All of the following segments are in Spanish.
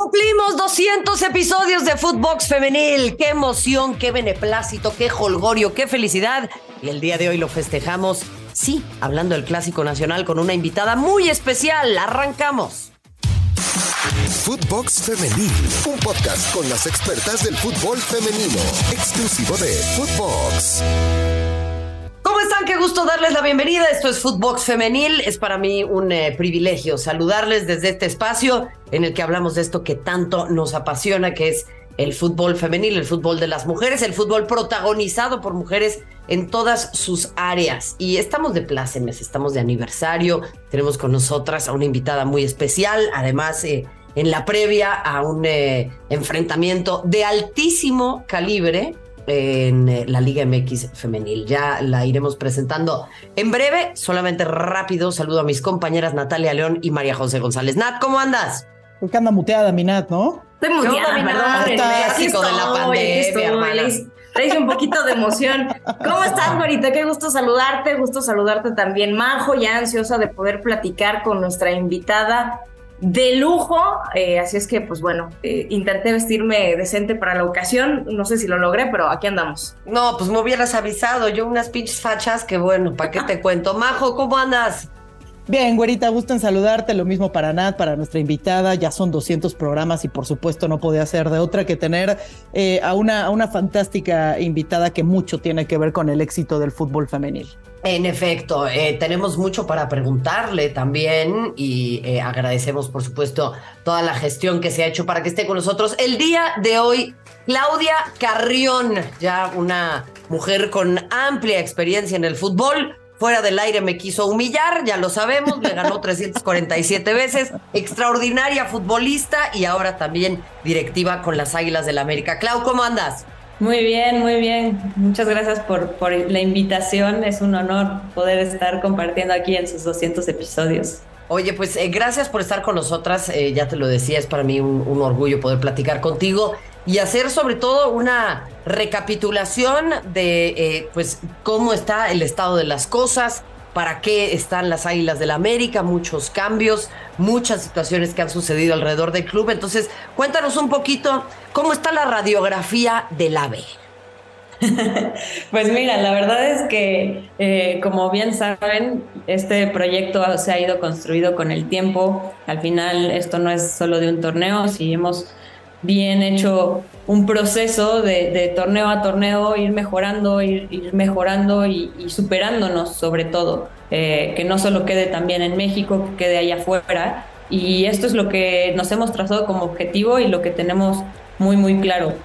Cumplimos 200 episodios de Footbox Femenil. ¡Qué emoción, qué beneplácito, qué jolgorio, qué felicidad! Y el día de hoy lo festejamos, sí, hablando del Clásico Nacional con una invitada muy especial. ¡Arrancamos! Footbox Femenil, un podcast con las expertas del fútbol femenino, exclusivo de Footbox. ¿Cómo están? Qué gusto darles la bienvenida. Esto es Footbox Femenil. Es para mí un privilegio saludarles desde este espacio en el que hablamos de esto que tanto nos apasiona, que es el fútbol femenil, el fútbol de las mujeres, el fútbol protagonizado por mujeres en todas sus áreas. Y estamos de plácemes, estamos de aniversario. Tenemos con nosotras a una invitada muy especial, además en la previa a un enfrentamiento de altísimo calibre en la Liga MX femenil. Ya la iremos presentando en breve. Solamente rápido saludo a mis compañeras Natalia León y María José González. Nat, ¿cómo andas? Porque anda muteada mi Nat, ¿no? Estoy muteada, perdón. El clásico de la pandemia, hermana. Le hice un poquito de emoción. ¿Cómo estás, Gorita? Qué gusto saludarte también, Majo, ya ansiosa de poder platicar con nuestra invitada de lujo, así es que, pues bueno, intenté vestirme decente para la ocasión, no sé si lo logré, pero aquí andamos. No, pues me hubieras avisado, yo unas pinches fachas que bueno, ¿para qué te cuento? Majo, ¿cómo andas? Bien, güerita, gusto en saludarte, lo mismo para Nat, para nuestra invitada, ya son 200 programas y por supuesto no podía ser de otra que tener a una fantástica invitada que mucho tiene que ver con el éxito del fútbol femenil. En efecto, tenemos mucho para preguntarle también y agradecemos, por supuesto, toda la gestión que se ha hecho para que esté con nosotros. El día de hoy, Claudia Carrión, ya una mujer con amplia experiencia en el fútbol. Fuera del aire me quiso humillar, ya lo sabemos, le ganó 347 veces, extraordinaria futbolista y ahora también directiva con las Águilas del América. Clau, ¿cómo andas? Muy bien, muy bien. Muchas gracias por la invitación. Es un honor poder estar compartiendo aquí en sus 200 episodios. Oye, pues gracias por estar con nosotras. Ya te lo decía, es para mí un orgullo poder platicar contigo y hacer sobre todo una recapitulación de pues cómo está el estado de las cosas, para qué están las Águilas del América, muchos cambios, muchas situaciones que han sucedido alrededor del club. Entonces, cuéntanos un poquito cómo está la radiografía del AVE. Pues mira, la verdad es que, como bien saben, este proyecto se ha ido construido con el tiempo. Al final, esto no es solo de un torneo, si hemos bien hecho un proceso de torneo a torneo, ir mejorando y superándonos sobre todo, que no solo quede también en México, que quede allá afuera, y esto es lo que nos hemos trazado como objetivo y lo que tenemos muy muy claro.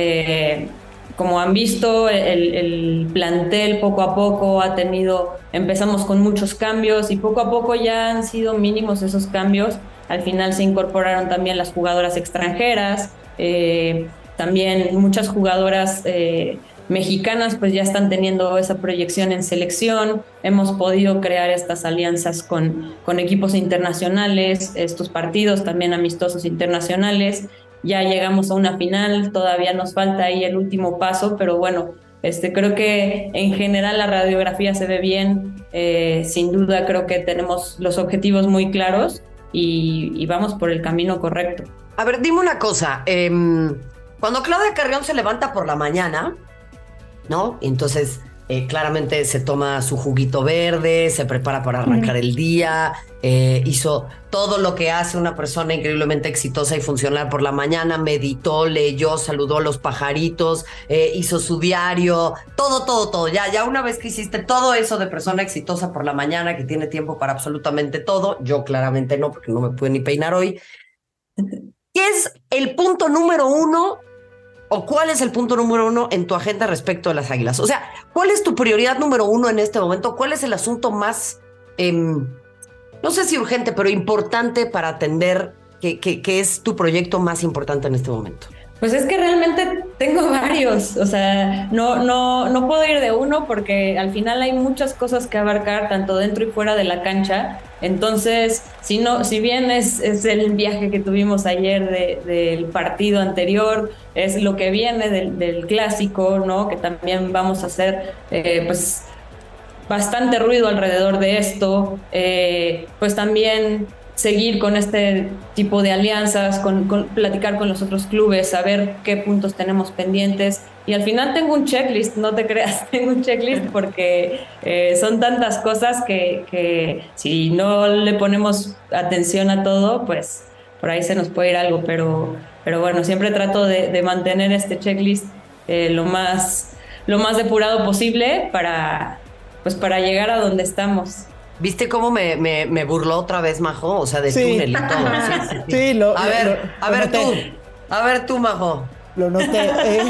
Como han visto, el plantel poco a poco empezamos con muchos cambios y poco a poco ya han sido mínimos esos cambios. Al final se incorporaron también las jugadoras extranjeras, también muchas jugadoras mexicanas pues ya están teniendo esa proyección en selección. Hemos podido crear estas alianzas con equipos internacionales, estos partidos también amistosos internacionales. Ya llegamos a una final, todavía nos falta ahí el último paso, pero bueno, creo que en general la radiografía se ve bien. Sin duda creo que tenemos los objetivos muy claros y vamos por el camino correcto. A ver, dime una cosa. Cuando Claudia Carrión se levanta por la mañana, ¿no? Entonces, claramente se toma su juguito verde, se prepara para arrancar el día, hizo todo lo que hace una persona increíblemente exitosa y funcional por la mañana, meditó, leyó, saludó a los pajaritos, hizo su diario, todo. Ya una vez que hiciste todo eso de persona exitosa por la mañana, que tiene tiempo para absolutamente todo, yo claramente no, porque no me pude ni peinar hoy. ¿Qué es el punto número uno o cuál es el punto número uno en tu agenda respecto a las Águilas? O sea, ¿cuál es tu prioridad número uno en este momento? ¿Cuál es el asunto más, no sé si urgente, pero importante para atender, que es tu proyecto más importante en este momento? Pues es que realmente tengo varios, o sea, no puedo ir de uno porque al final hay muchas cosas que abarcar, tanto dentro y fuera de la cancha. Entonces, si bien es el viaje que tuvimos ayer del partido anterior, es lo que viene del clásico, ¿no? Que también vamos a hacer, bastante ruido alrededor de esto, pues también seguir con este tipo de alianzas, platicar con los otros clubes, saber qué puntos tenemos pendientes. Y al final tengo un checklist, no te creas, tengo un checklist porque son tantas cosas que si no le ponemos atención a todo, pues por ahí se nos puede ir algo. Pero bueno, siempre trato de mantener este checklist lo más depurado posible para llegar a donde estamos. ¿Viste cómo me burló otra vez, Majo? O sea, de túnel y todo. Sí. A ver tú, Majo. Lo noté.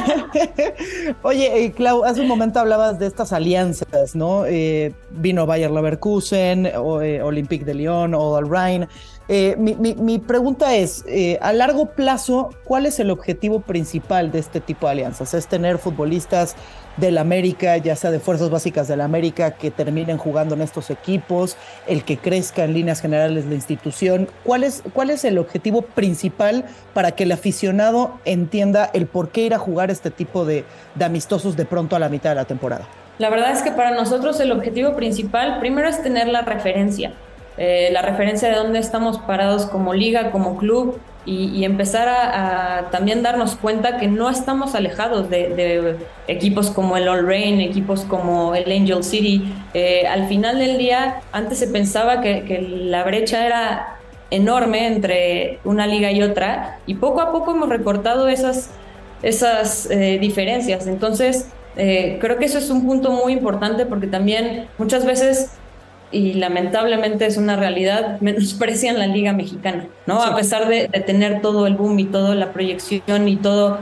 Oye, Clau, hace un momento hablabas de estas alianzas, ¿no? Vino Bayer Leverkusen, Olympique de Lyon o el Rhein. Mi pregunta es, a largo plazo, ¿cuál es el objetivo principal de este tipo de alianzas? ¿Es tener futbolistas del América, ya sea de fuerzas básicas del América, que terminen jugando en estos equipos, el que crezca en líneas generales la institución? ¿Cuál es el objetivo principal para que el aficionado entienda el por qué ir a jugar este tipo de amistosos de pronto a la mitad de la temporada? La verdad es que para nosotros el objetivo principal primero es tener la referencia de dónde estamos parados como liga, como club, y empezar a también darnos cuenta que no estamos alejados de equipos como el All Reign, equipos como el Angel City. Al final del día, antes se pensaba que la brecha era enorme entre una liga y otra, y poco a poco hemos recortado esas diferencias. Entonces, creo que eso es un punto muy importante, porque también muchas veces, y lamentablemente es una realidad, menosprecian la Liga Mexicana, ¿no? Sí. A pesar de tener todo el boom y toda la proyección y todo,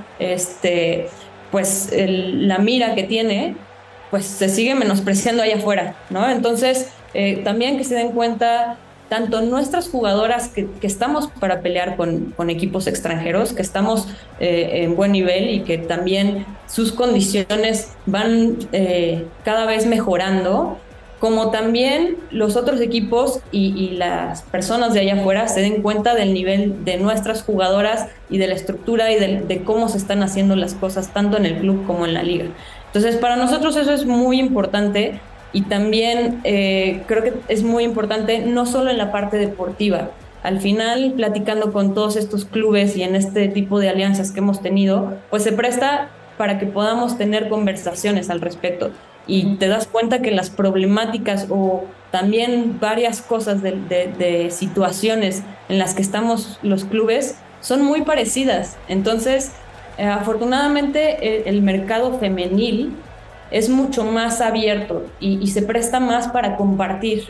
la mira que tiene, pues se sigue menospreciando allá afuera, ¿no? Entonces, también que se den cuenta, tanto nuestras jugadoras que estamos para pelear con equipos extranjeros, que estamos en buen nivel y que también sus condiciones van cada vez mejorando, como también los otros equipos y las personas de allá afuera se den cuenta del nivel de nuestras jugadoras y de la estructura y de cómo se están haciendo las cosas tanto en el club como en la liga. Entonces, para nosotros eso es muy importante, y también creo que es muy importante no solo en la parte deportiva. Al final, platicando con todos estos clubes y en este tipo de alianzas que hemos tenido, pues se presta para que podamos tener conversaciones al respecto. Y te das cuenta que las problemáticas o también varias cosas de situaciones en las que estamos los clubes son muy parecidas. Entonces, afortunadamente, el mercado femenil es mucho más abierto y se presta más para compartir.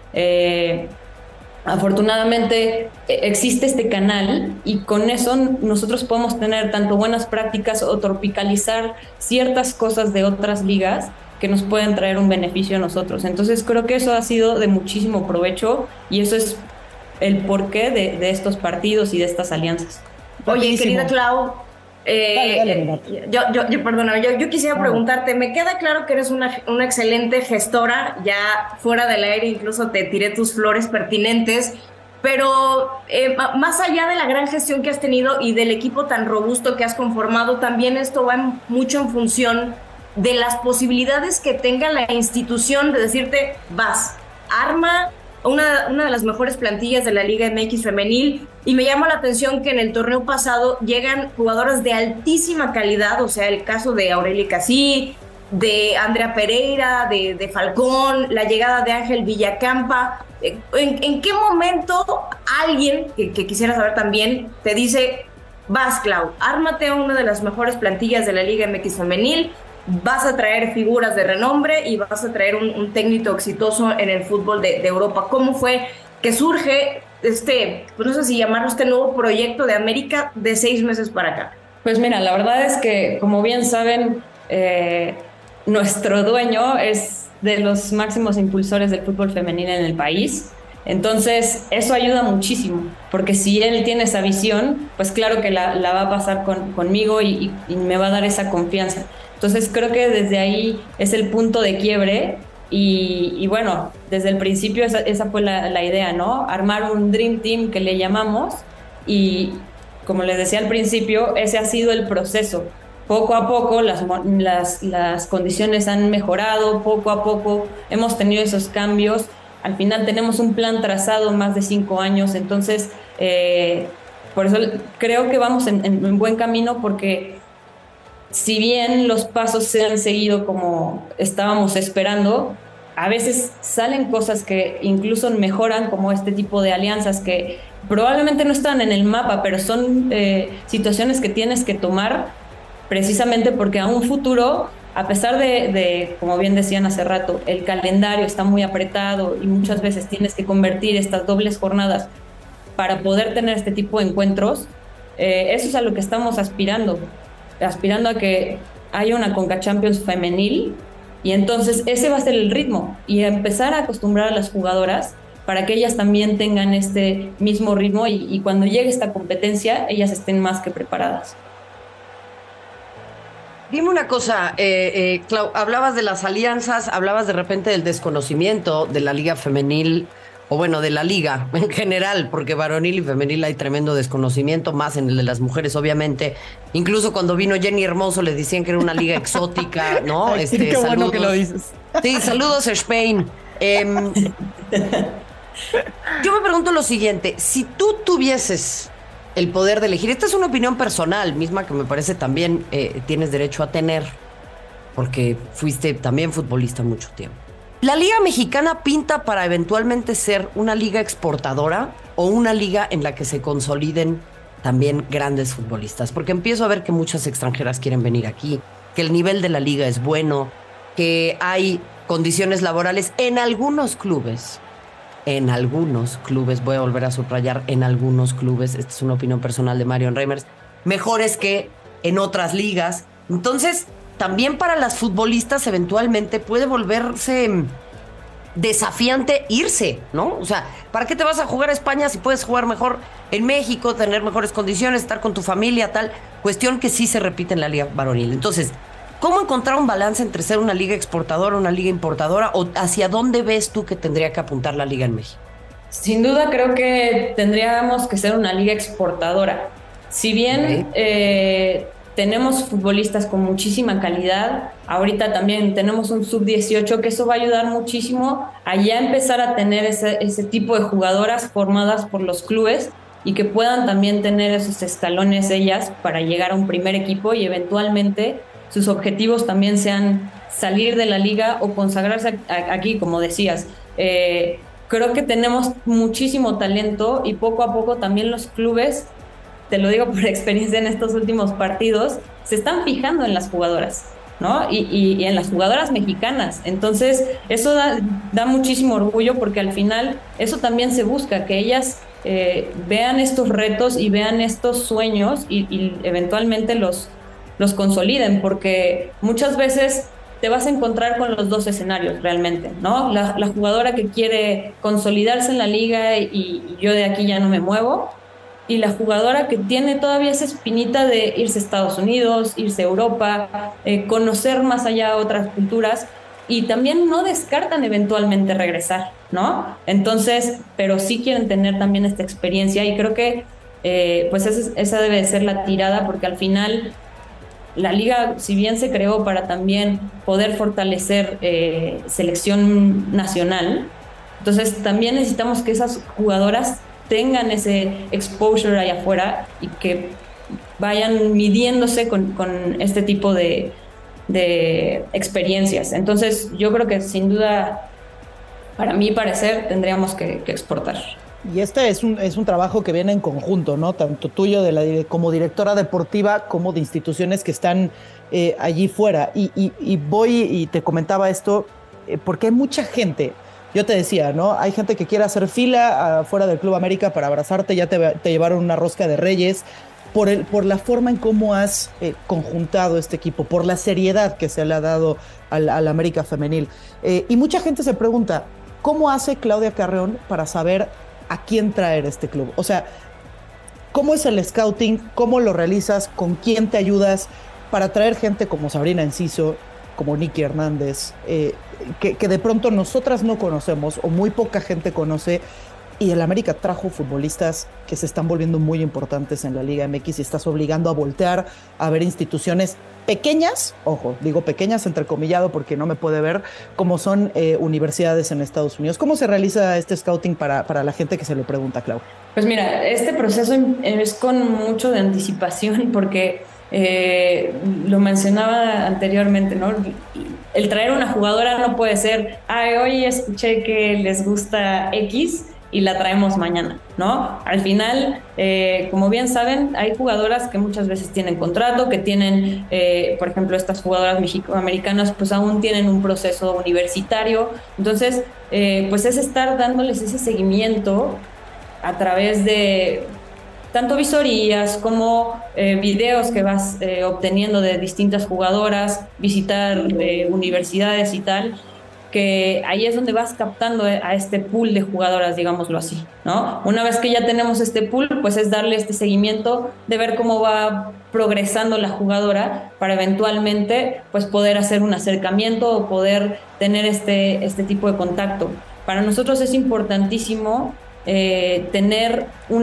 Afortunadamente existe este canal, y con eso nosotros podemos tener tanto buenas prácticas o tropicalizar ciertas cosas de otras ligas que nos pueden traer un beneficio a nosotros. Entonces creo que eso ha sido de muchísimo provecho, y eso es el porqué de estos partidos y de estas alianzas. Oye, querida Clau, yo quisiera preguntarte, me queda claro que eres una excelente gestora, ya fuera del aire incluso te tiré tus flores pertinentes, pero más allá de la gran gestión que has tenido y del equipo tan robusto que has conformado, también esto va mucho en función de las posibilidades que tenga la institución de decirte, vas, arma una de las mejores plantillas de la Liga MX femenil, y me llama la atención que en el torneo pasado llegan jugadoras de altísima calidad, o sea, el caso de Aurelia Casí, de Andrea Pereira, de Falcón, la llegada de Ángel Villacampa. ¿En qué momento alguien, que quisiera saber también, te dice, vas, Clau, ármate una de las mejores plantillas de la Liga MX femenil, vas a traer figuras de renombre y vas a traer un técnico exitoso en el fútbol de Europa? ¿Cómo fue que surge pues no sé si llamarlo este nuevo proyecto de América de 6 meses para acá? Pues mira, la verdad es que, como bien saben, nuestro dueño es de los máximos impulsores del fútbol femenino en el país. Entonces eso ayuda muchísimo, porque si él tiene esa visión, pues claro que la va a pasar conmigo y me va a dar esa confianza. Entonces creo que desde ahí es el punto de quiebre, y bueno, desde el principio esa fue la idea, ¿no? Armar un Dream Team, que le llamamos, y como les decía al principio, ese ha sido el proceso. Poco a poco las condiciones han mejorado, poco a poco hemos tenido esos cambios, al final tenemos un plan trazado más de 5 años, entonces por eso creo que vamos en buen camino, porque si bien los pasos se han seguido como estábamos esperando, a veces salen cosas que incluso mejoran, como este tipo de alianzas que probablemente no están en el mapa, pero son situaciones que tienes que tomar precisamente porque a un futuro, a pesar de, como bien decían hace rato, el calendario está muy apretado y muchas veces tienes que convertir estas dobles jornadas para poder tener este tipo de encuentros, eso es a lo que estamos aspirando a que haya una Conca Champions femenil, y entonces ese va a ser el ritmo, y empezar a acostumbrar a las jugadoras para que ellas también tengan este mismo ritmo y cuando llegue esta competencia ellas estén más que preparadas. Dime una cosa, Clau, hablabas de las alianzas, hablabas de repente del desconocimiento de la liga femenil, o bueno, de la liga en general, porque varonil y femenil hay tremendo desconocimiento, más en el de las mujeres, obviamente. Incluso cuando vino Jenny Hermoso le decían que era una liga exótica, ¿no? Ay, qué saludos. bueno que lo dices. Sí, saludos a Spain. Yo me pregunto lo siguiente, si tú tuvieses el poder de elegir, esta es una opinión personal, misma que me parece también tienes derecho a tener, porque fuiste también futbolista mucho tiempo. ¿La Liga Mexicana pinta para eventualmente ser una liga exportadora o una liga en la que se consoliden también grandes futbolistas? Porque empiezo a ver que muchas extranjeras quieren venir aquí, que el nivel de la liga es bueno, que hay condiciones laborales en algunos clubes, voy a volver a subrayar, en algunos clubes, esta es una opinión personal de Marion Reimers, mejores que en otras ligas. Entonces, también para las futbolistas eventualmente puede volverse desafiante irse, ¿no? O sea, ¿para qué te vas a jugar a España si puedes jugar mejor en México, tener mejores condiciones, estar con tu familia, tal? Cuestión que sí se repite en la liga varonil. Entonces, ¿cómo encontrar un balance entre ser una liga exportadora, una liga importadora, o hacia dónde ves tú que tendría que apuntar la liga en México? Sin duda creo que tendríamos que ser una liga exportadora. Si bien tenemos futbolistas con muchísima calidad, ahorita también tenemos un sub-18, que eso va a ayudar muchísimo a ya empezar a tener ese tipo de jugadoras formadas por los clubes y que puedan también tener esos escalones ellas para llegar a un primer equipo y eventualmente sus objetivos también sean salir de la liga o consagrarse aquí, como decías. Creo que tenemos muchísimo talento y poco a poco también los clubes, te lo digo por experiencia en estos últimos partidos, se están fijando en las jugadoras, ¿no? Y en las jugadoras mexicanas. Entonces, eso da muchísimo orgullo porque al final eso también se busca, que ellas vean estos retos y vean estos sueños y eventualmente los consoliden, porque muchas veces te vas a encontrar con los dos escenarios realmente, ¿no? La jugadora que quiere consolidarse en la liga y yo de aquí ya no me muevo, y la jugadora que tiene todavía esa espinita de irse a Estados Unidos, irse a Europa, conocer más allá otras culturas, y también no descartan eventualmente regresar, ¿no? Entonces, pero sí quieren tener también esta experiencia, y creo que pues esa debe de ser la tirada, porque al final la liga, si bien se creó para también poder fortalecer selección nacional, entonces también necesitamos que esas jugadoras tengan ese exposure allá afuera y que vayan midiéndose con este tipo de experiencias. Entonces yo creo que sin duda, para mi parecer, tendríamos que exportar. Y este es un trabajo que viene en conjunto, ¿no? Tanto tuyo como directora deportiva como de instituciones que están allí fuera. Y voy y te comentaba esto porque hay mucha gente. Yo te decía, ¿no? Hay gente que quiere hacer fila afuera del Club América para abrazarte, ya te llevaron una rosca de reyes, por la forma en cómo has conjuntado este equipo, por la seriedad que se le ha dado al América femenil. Y mucha gente se pregunta, ¿cómo hace Claudia Carreón para saber a quién traer este club? O sea, ¿cómo es el scouting? ¿Cómo lo realizas? ¿Con quién te ayudas para traer gente como Sabrina Enciso, como Nicky Hernández, que de pronto nosotras no conocemos o muy poca gente conoce, Y el América trajo futbolistas que se están volviendo muy importantes en la Liga MX y estás obligando a voltear a ver instituciones pequeñas, ojo, digo pequeñas entrecomillado porque no me puede ver, como son universidades en Estados Unidos. ¿Cómo se realiza este scouting para la gente que se lo pregunta, Clau? Pues mira, este proceso es con mucho de anticipación porque lo mencionaba anteriormente, ¿no? El traer una jugadora no puede ser, hoy escuché que les gusta X y la traemos mañana, ¿no? Al final, como bien saben, hay jugadoras que muchas veces tienen contrato, que tienen, por ejemplo, estas jugadoras mexicoamericanas, pues aún tienen un proceso universitario. Entonces, pues es estar dándoles ese seguimiento a través de tanto visorías como videos que vas obteniendo de distintas jugadoras, visitar universidades y tal, que ahí es donde vas captando a este pool de jugadoras, digámoslo así, ¿no? Una vez que ya tenemos este pool, pues es darle este seguimiento de ver cómo va progresando la jugadora para eventualmente pues poder hacer un acercamiento o poder tener este tipo de contacto. Para nosotros es importantísimo tener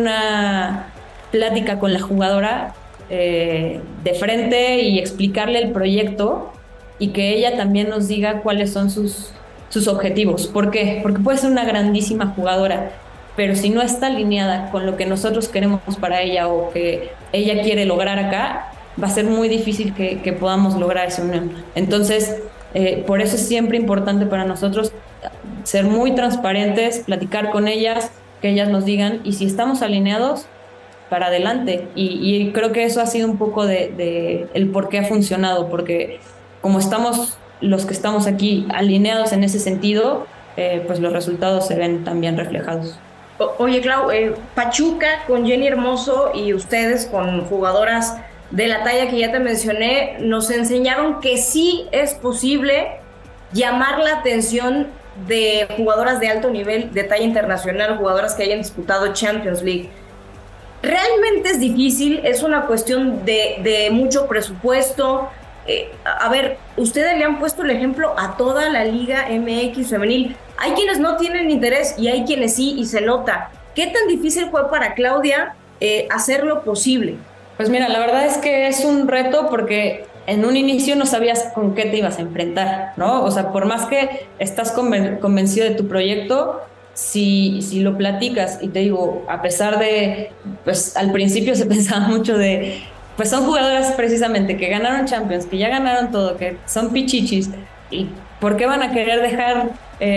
una plática con la jugadora de frente y explicarle el proyecto y que ella también nos diga cuáles son sus objetivos. ¿Por qué? Porque puede ser una grandísima jugadora, pero si no está alineada con lo que nosotros queremos para ella o que ella quiere lograr acá, va a ser muy difícil que podamos lograr esa unión. Entonces, por eso es siempre importante para nosotros ser muy transparentes, platicar con ellas, que ellas nos digan, y si estamos alineados, para adelante. Y creo que eso ha sido un poco de el por qué ha funcionado, porque como estamos los que estamos aquí alineados en ese sentido, pues los resultados se ven también reflejados. Oye, Clau, Pachuca con Jenny Hermoso y ustedes con jugadoras de la talla que ya te mencioné, nos enseñaron que sí es posible llamar la atención de jugadoras de alto nivel, de talla internacional, jugadoras que hayan disputado Champions League. Realmente es difícil, es una cuestión de mucho presupuesto. A ver, ustedes le han puesto el ejemplo a toda la Liga MX femenil. Hay quienes no tienen interés y hay quienes sí, y se nota. ¿Qué tan difícil fue para Claudia hacerlo posible? Pues mira, la verdad es que es un reto porque en un inicio no sabías con qué te ibas a enfrentar, ¿no? O sea, por más que estás convencido de tu proyecto, si lo platicas y te digo, a pesar de, pues al principio se pensaba mucho de, pues son jugadoras precisamente que ganaron Champions, que ya ganaron todo, que son pichichis, y ¿por qué van a querer dejar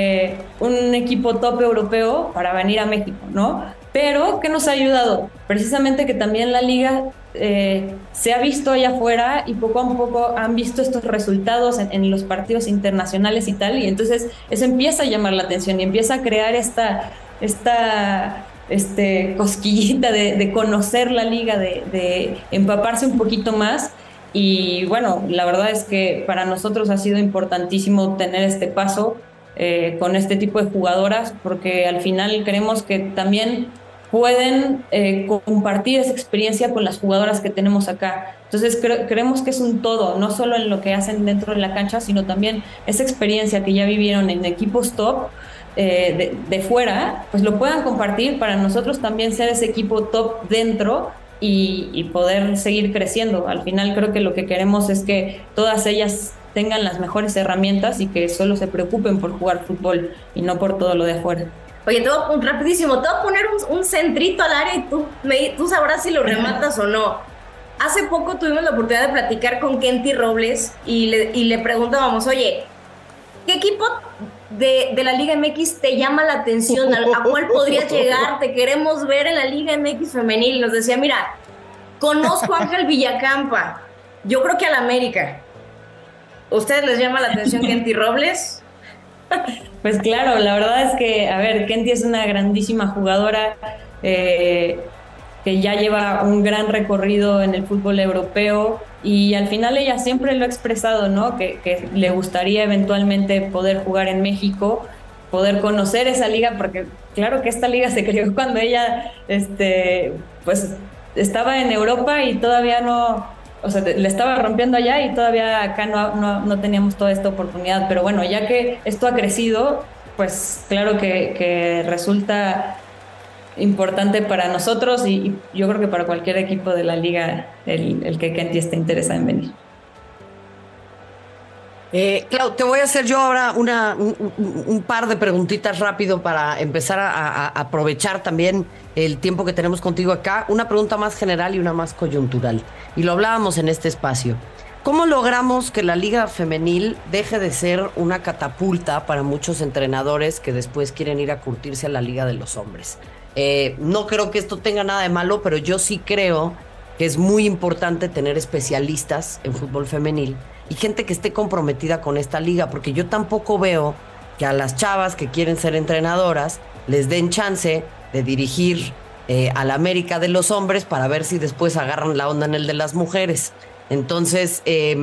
un equipo top europeo para venir a México, no? Pero ¿qué nos ha ayudado? Precisamente que también la liga se ha visto allá afuera y poco a poco han visto estos resultados en los partidos internacionales y tal, y entonces eso empieza a llamar la atención y empieza a crear esta cosquillita de conocer la liga, de empaparse un poquito más. Y bueno, la verdad es que para nosotros ha sido importantísimo tener este paso con este tipo de jugadoras, porque al final creemos que también pueden compartir esa experiencia con las jugadoras que tenemos acá. Entonces creemos que es un todo, no solo en lo que hacen dentro de la cancha, sino también esa experiencia que ya vivieron en equipos top de fuera, pues lo puedan compartir para nosotros también ser ese equipo top dentro y poder seguir creciendo. Al final creo que lo que queremos es que todas ellas tengan las mejores herramientas y que solo se preocupen por jugar fútbol y no por todo lo de afuera. Oye, rapidísimo, te voy a poner un centrito al área y tú sabrás si lo rematas o no. Hace poco tuvimos la oportunidad de platicar con Kenty Robles y le preguntábamos, oye, ¿qué equipo de la Liga MX te llama la atención? ¿A cuál podrías llegar? Te queremos ver en la Liga MX femenil. Y nos decía, mira, conozco a Ángel Villacampa, yo creo que a la América. ¿Ustedes les llama la atención Kenty Robles? Pues claro, la verdad es que, a ver, Kenty es una grandísima jugadora que ya lleva un gran recorrido en el fútbol europeo y al final ella siempre lo ha expresado, ¿no? Que le gustaría eventualmente poder jugar en México, poder conocer esa liga, porque claro que esta liga se creó cuando ella pues estaba en Europa y todavía no... O sea, le estaba rompiendo allá y todavía acá no teníamos toda esta oportunidad. Pero bueno, ya que esto ha crecido, pues claro que resulta importante para nosotros y yo creo que para cualquier equipo de la liga el que Kenty esté interesado en venir. Clau, te voy a hacer yo ahora un par de preguntitas rápido para empezar a aprovechar también el tiempo que tenemos contigo acá. Una pregunta más general y una más coyuntural. Y lo hablábamos en este espacio. ¿Cómo logramos que la liga femenil deje de ser una catapulta para muchos entrenadores que después quieren ir a curtirse a la liga de los hombres? No creo que esto tenga nada de malo, pero yo sí creo que es muy importante tener especialistas en fútbol femenil y gente que esté comprometida con esta liga, porque yo tampoco veo que a las chavas que quieren ser entrenadoras les den chance de dirigir a la América de los hombres para ver si después agarran la onda en el de las mujeres. Entonces,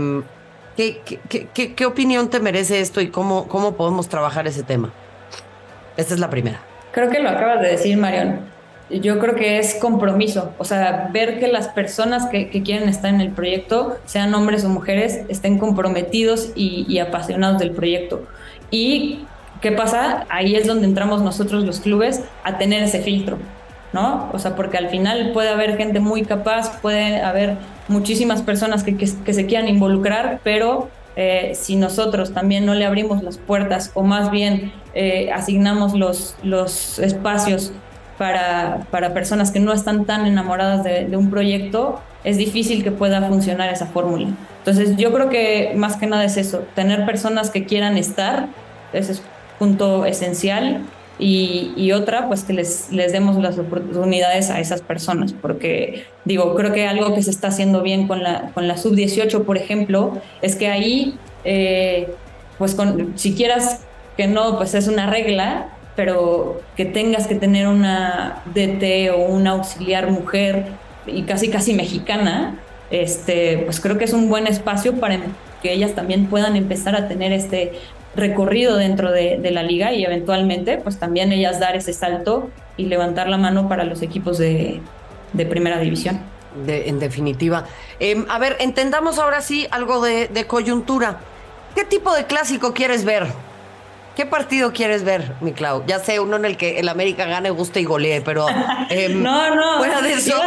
¿qué opinión te merece esto y cómo podemos trabajar ese tema? Esta es la primera. Creo que lo acabas de decir, Marión. Yo creo que es compromiso, o sea, ver que las personas que quieren estar en el proyecto, sean hombres o mujeres, estén comprometidos y apasionados del proyecto. ¿Y qué pasa? Ahí es donde entramos nosotros los clubes a tener ese filtro, ¿no? O sea, porque al final puede haber gente muy capaz, puede haber muchísimas personas que se quieran involucrar, pero si nosotros también no le abrimos las puertas o más bien asignamos los espacios para personas que no están tan enamoradas de un proyecto, es difícil que pueda funcionar esa fórmula. Entonces yo creo que más que nada es eso, tener personas que quieran estar, ese es punto esencial, y otra, pues que les demos las oportunidades a esas personas, porque digo, creo que algo que se está haciendo bien con la sub-18, por ejemplo, es que ahí, pues si quieras que no, pues es una regla, pero que tengas que tener una DT o una auxiliar mujer y casi mexicana, pues creo que es un buen espacio para que ellas también puedan empezar a tener este recorrido dentro de la liga y eventualmente pues también ellas dar ese salto y levantar la mano para los equipos de primera división. En definitiva. A ver, entendamos ahora sí algo de coyuntura. ¿Qué tipo de clásico quieres ver? ¿Qué partido quieres ver, mi Clau? Ya sé, uno en el que el América gane, guste y golee, pero no, fuera de eso.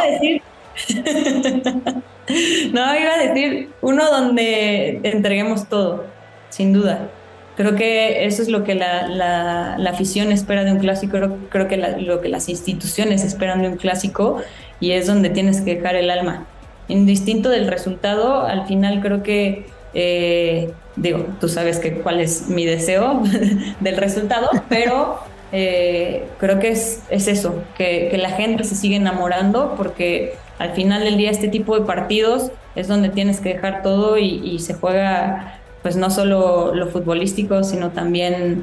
Iba a decir uno donde entreguemos todo, sin duda. Creo que eso es lo que la afición espera de un clásico, creo que lo que las instituciones esperan de un clásico, y es donde tienes que dejar el alma. Indistinto del resultado, al final creo que tú sabes cuál es mi deseo del resultado, pero creo que es eso, que la gente se sigue enamorando, porque al final del día este tipo de partidos es donde tienes que dejar todo y se juega pues no solo lo futbolístico, sino también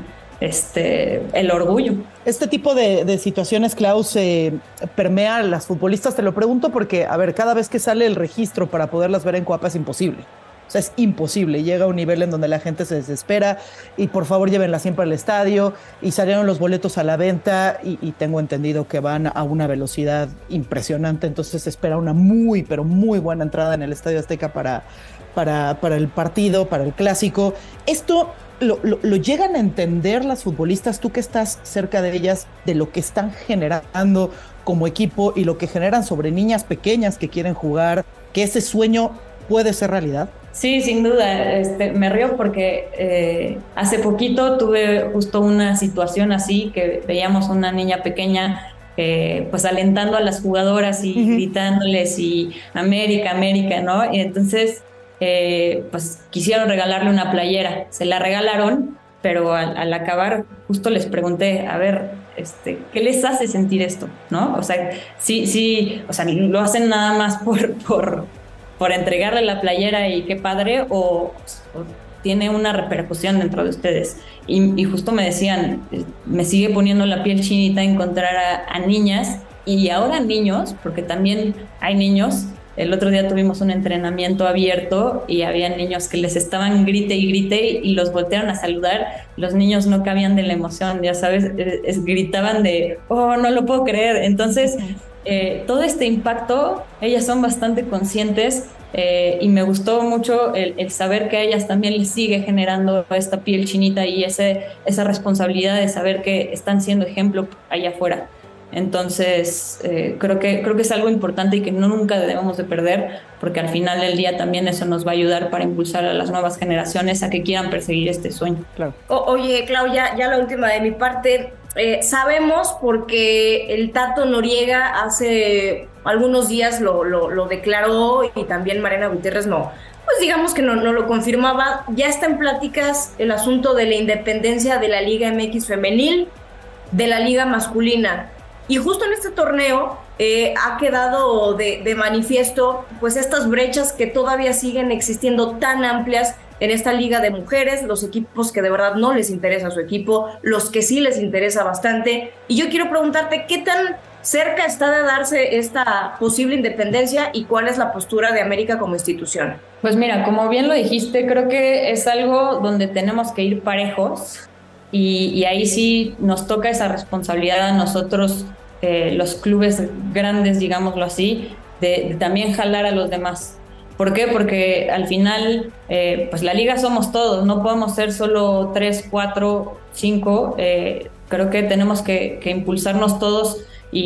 el orgullo. Este tipo de situaciones, Klaus, permea a las futbolistas. Te lo pregunto porque, a ver, cada vez que sale el registro para poderlas ver en Coapa es imposible. O sea, es imposible. Llega a un nivel en donde la gente se desespera y por favor llévenla siempre al estadio, y salieron los boletos a la venta y tengo entendido que van a una velocidad impresionante. Entonces se espera una muy, pero muy buena entrada en el Estadio Azteca para el partido, para el clásico. Esto lo llegan a entender las futbolistas, tú que estás cerca de ellas, de lo que están generando como equipo y lo que generan sobre niñas pequeñas que quieren jugar, que ese sueño puede ser realidad. Sí, sin duda. Me río porque hace poquito tuve justo una situación así, que veíamos una niña pequeña pues alentando a las jugadoras y gritándoles y América, América, ¿no? Y entonces pues quisieron regalarle una playera, se la regalaron, pero al acabar justo les pregunté, a ver, ¿qué les hace sentir esto? ¿No? O sea, sí, o sea, lo hacen nada más por entregarle la playera y qué padre, o tiene una repercusión dentro de ustedes. Y justo me decían, me sigue poniendo la piel chinita encontrar a niñas y ahora niños, porque también hay niños. El otro día tuvimos un entrenamiento abierto y había niños que les estaban grite y los voltearon a saludar. Los niños no cabían de la emoción, ya sabes, gritaban de, oh, no lo puedo creer. Entonces, todo este impacto, ellas son bastante conscientes y me gustó mucho el saber que a ellas también les sigue generando esta piel chinita y esa responsabilidad de saber que están siendo ejemplo allá afuera. Entonces, creo que es algo importante y que nunca debemos de perder, porque al final del día también eso nos va a ayudar para impulsar a las nuevas generaciones a que quieran perseguir este sueño. Claro. Oye, Clau, ya la última de mi parte. Sabemos porque el Tato Noriega hace algunos días lo declaró y también Mariana Gutiérrez pues digamos que no lo confirmaba. Ya está en pláticas el asunto de la independencia de la Liga MX femenil, de la Liga masculina. Y justo en este torneo ha quedado de manifiesto pues estas brechas que todavía siguen existiendo tan amplias en esta liga de mujeres, los equipos que de verdad no les interesa su equipo, los que sí les interesa bastante. Y yo quiero preguntarte, ¿qué tan cerca está de darse esta posible independencia y cuál es la postura de América como institución? Pues mira, como bien lo dijiste, creo que es algo donde tenemos que ir parejos y ahí sí nos toca esa responsabilidad a nosotros, los clubes grandes, digámoslo así, de también jalar a los demás. ¿Por qué? Porque al final, pues la liga somos todos, no podemos ser solo 3, 4, 5. Creo que tenemos que impulsarnos todos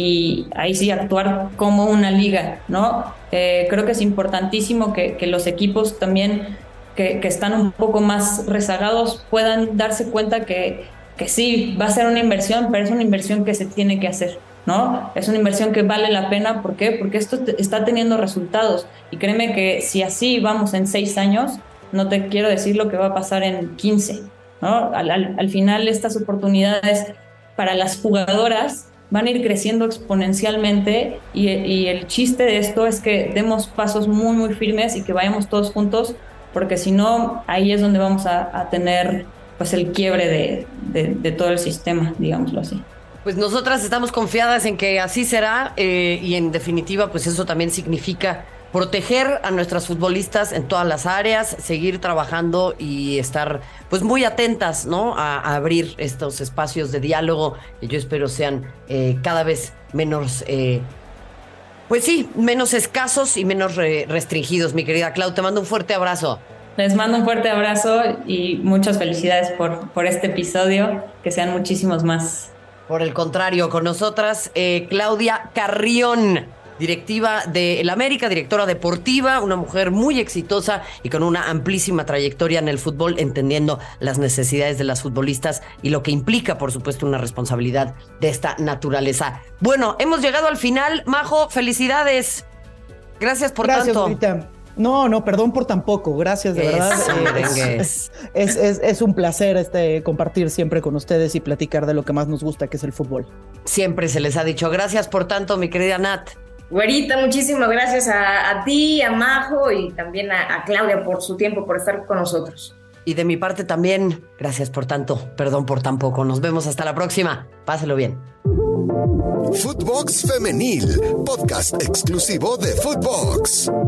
y ahí sí actuar como una liga, ¿no? Creo que es importantísimo que los equipos también que están un poco más rezagados puedan darse cuenta que sí, va a ser una inversión, pero es una inversión que se tiene que hacer, ¿no? Es una inversión que vale la pena. ¿Por qué? Porque esto está teniendo resultados y créeme que si así vamos en 6 años, no te quiero decir lo que va a pasar en 15, ¿no? Al final estas oportunidades para las jugadoras van a ir creciendo exponencialmente y el chiste de esto es que demos pasos muy muy firmes y que vayamos todos juntos, porque si no, ahí es donde vamos a tener pues el quiebre de todo el sistema, digámoslo así. Pues nosotras estamos confiadas en que así será y en definitiva pues eso también significa proteger a nuestras futbolistas en todas las áreas, seguir trabajando y estar pues muy atentas, ¿no? A abrir estos espacios de diálogo que yo espero sean cada vez menos, pues sí, menos escasos y menos restringidos. Mi querida Clau, te mando un fuerte abrazo. Les mando un fuerte abrazo y muchas felicidades por este episodio, que sean muchísimos más. Por el contrario, con nosotras Claudia Carrión, directiva de El América, directora deportiva, una mujer muy exitosa y con una amplísima trayectoria en el fútbol, entendiendo las necesidades de las futbolistas y lo que implica, por supuesto, una responsabilidad de esta naturaleza. Bueno, hemos llegado al final. Majo, felicidades. Gracias por tanto. Gracias, No, perdón por tan poco. Gracias, de verdad. Es un placer compartir siempre con ustedes y platicar de lo que más nos gusta, que es el fútbol. Siempre se les ha dicho. Gracias por tanto, mi querida Nat. Güerita, muchísimas gracias a ti, a Majo y también a Claudia por su tiempo, por estar con nosotros. Y de mi parte también, gracias por tanto, perdón por tan poco. Nos vemos hasta la próxima. Páselo bien. Footbox Femenil, podcast exclusivo de Footbox.